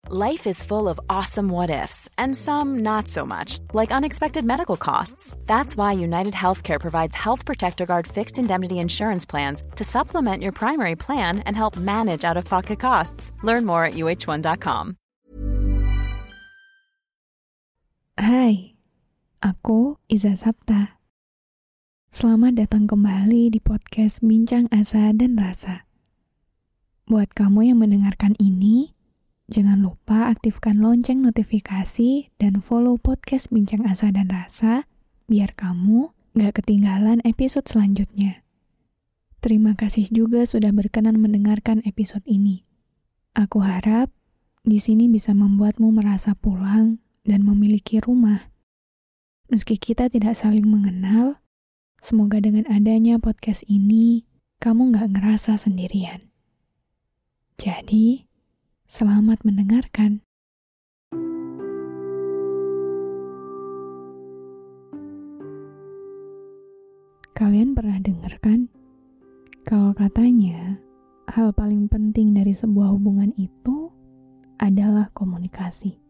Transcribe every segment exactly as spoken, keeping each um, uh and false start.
Life is full of awesome what-ifs, and some not so much, like unexpected medical costs. That's why United Healthcare provides Health Protector Guard fixed indemnity insurance plans to supplement your primary plan and help manage out-of-pocket costs. Learn more at U H one dot com. Hai, aku Iza Sapta. Selamat datang kembali di podcast Bincang Asa dan Rasa. Buat kamu yang mendengarkan ini, jangan lupa aktifkan lonceng notifikasi dan follow podcast Bincang Asa dan Rasa biar kamu gak ketinggalan episode selanjutnya. Terima kasih juga sudah berkenan mendengarkan episode ini. Aku harap di sini bisa membuatmu merasa pulang dan memiliki rumah. Meski kita tidak saling mengenal, semoga dengan adanya podcast ini, kamu gak ngerasa sendirian. Jadi, selamat mendengarkan. Kalian pernah dengar kan? Kalau katanya, hal paling penting dari sebuah hubungan itu adalah komunikasi.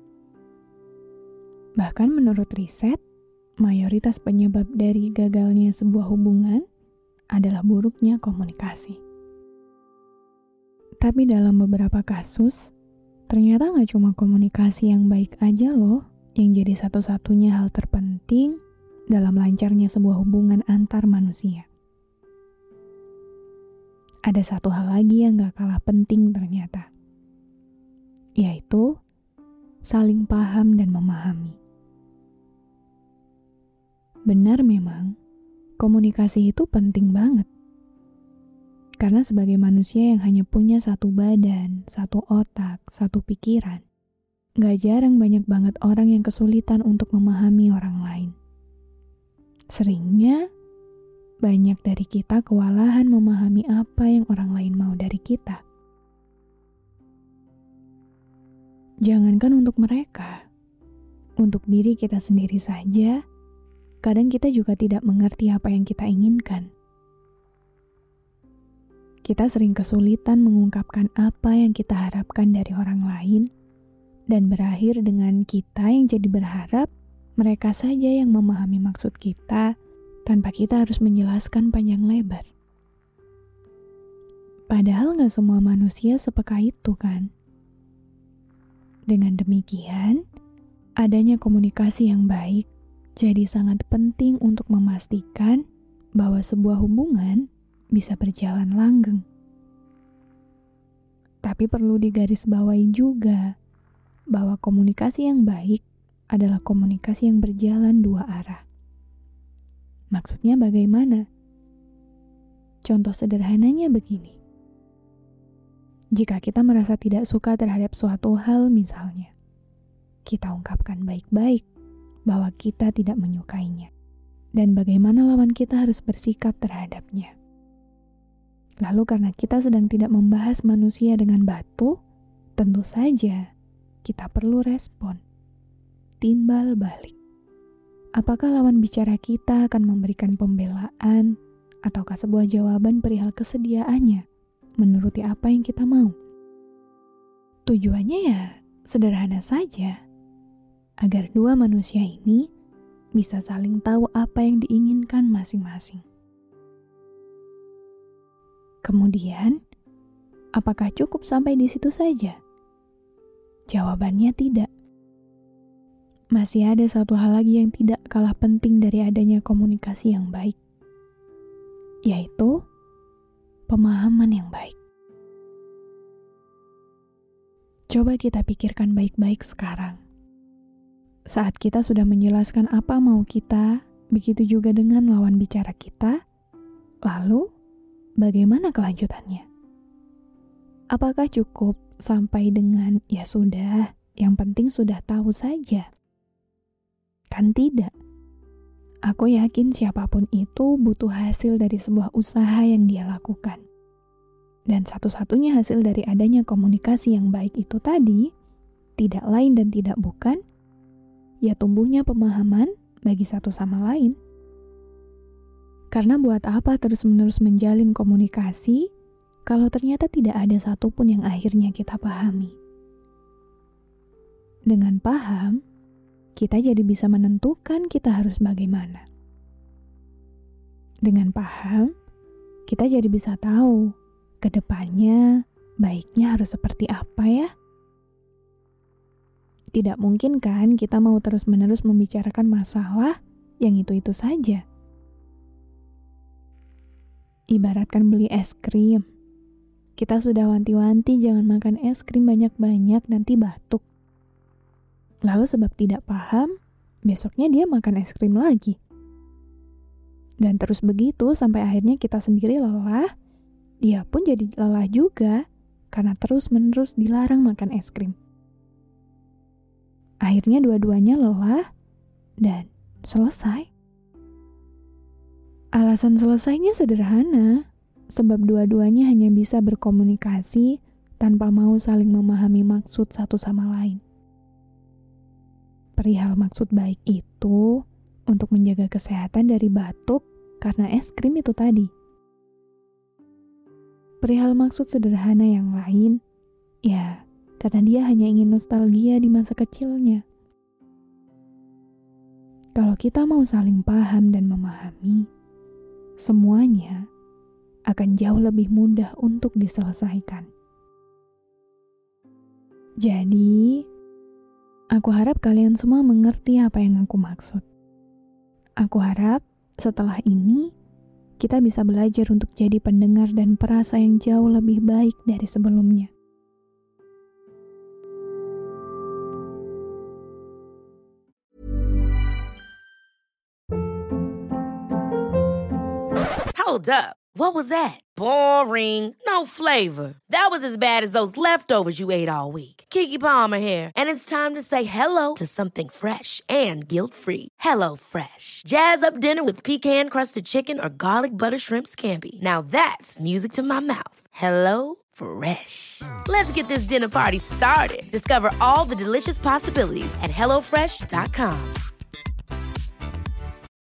Bahkan menurut riset, mayoritas penyebab dari gagalnya sebuah hubungan adalah buruknya komunikasi. Tapi dalam beberapa kasus, ternyata gak cuma komunikasi yang baik aja loh yang jadi satu-satunya hal terpenting dalam lancarnya sebuah hubungan antar manusia. Ada satu hal lagi yang gak kalah penting ternyata, yaitu saling paham dan memahami. Benar memang, komunikasi itu penting banget. Karena sebagai manusia yang hanya punya satu badan, satu otak, satu pikiran, gak jarang banyak banget orang yang kesulitan untuk memahami orang lain. Seringnya, banyak dari kita kewalahan memahami apa yang orang lain mau dari kita. Jangankan untuk mereka, untuk diri kita sendiri saja, kadang kita juga tidak mengerti apa yang kita inginkan. Kita sering kesulitan mengungkapkan apa yang kita harapkan dari orang lain, dan berakhir dengan kita yang jadi berharap mereka saja yang memahami maksud kita, tanpa kita harus menjelaskan panjang lebar. Padahal gak semua manusia sepeka itu kan? Dengan demikian, adanya komunikasi yang baik jadi sangat penting untuk memastikan bahwa sebuah hubungan bisa berjalan langgeng. Tapi perlu digarisbawahi juga bahwa komunikasi yang baik adalah komunikasi yang berjalan dua arah. Maksudnya bagaimana? Contoh sederhananya begini. Jika kita merasa tidak suka terhadap suatu hal misalnya, kita ungkapkan baik-baik bahwa kita tidak menyukainya, dan bagaimana lawan kita harus bersikap terhadapnya. Lalu karena kita sedang tidak membahas manusia dengan batu, tentu saja kita perlu respon. Timbal balik. Apakah lawan bicara kita akan memberikan pembelaan ataukah sebuah jawaban perihal kesediaannya menuruti apa yang kita mau? Tujuannya ya sederhana saja, agar dua manusia ini bisa saling tahu apa yang diinginkan masing-masing. Kemudian, apakah cukup sampai di situ saja? Jawabannya tidak. Masih ada satu hal lagi yang tidak kalah penting dari adanya komunikasi yang baik, yaitu pemahaman yang baik. Coba kita pikirkan baik-baik sekarang. Saat kita sudah menjelaskan apa mau kita, begitu juga dengan lawan bicara kita, lalu bagaimana kelanjutannya? Apakah cukup sampai dengan ya sudah, yang penting sudah tahu saja? Kan tidak. Aku yakin siapapun itu butuh hasil dari sebuah usaha yang dia lakukan. Dan satu-satunya hasil dari adanya komunikasi yang baik itu tadi, tidak lain dan tidak bukan, ya tumbuhnya pemahaman bagi satu sama lain. Karena buat apa terus-menerus menjalin komunikasi kalau ternyata tidak ada satupun yang akhirnya kita pahami? Dengan paham, kita jadi bisa menentukan kita harus bagaimana. Dengan paham, kita jadi bisa tahu ke depannya baiknya harus seperti apa ya. Tidak mungkin kan kita mau terus-menerus membicarakan masalah yang itu-itu saja. Ibaratkan beli es krim. Kita sudah wanti-wanti jangan makan es krim banyak-banyak nanti batuk. Lalu sebab tidak paham, besoknya dia makan es krim lagi. Dan terus begitu sampai akhirnya kita sendiri lelah, dia pun jadi lelah juga karena terus-menerus dilarang makan es krim. Akhirnya dua-duanya lelah dan selesai. Alasan selesainya sederhana, sebab dua-duanya hanya bisa berkomunikasi tanpa mau saling memahami maksud satu sama lain. Perihal maksud baik itu untuk menjaga kesehatan dari batuk karena es krim itu tadi. Perihal maksud sederhana yang lain, ya karena dia hanya ingin nostalgia di masa kecilnya. Kalau kita mau saling paham dan memahami, semuanya akan jauh lebih mudah untuk diselesaikan. Jadi, aku harap kalian semua mengerti apa yang aku maksud. Aku harap setelah ini, kita bisa belajar untuk jadi pendengar dan perasa yang jauh lebih baik dari sebelumnya. Hold up. What was that? Boring. No flavor. That was as bad as those leftovers you ate all week. Keke Palmer here, and it's time to say hello to something fresh and guilt-free. Hello Fresh. Jazz up dinner with pecan-crusted chicken or garlic butter shrimp scampi. Now that's music to my mouth. Hello Fresh. Let's get this dinner party started. Discover all the delicious possibilities at hello fresh dot com.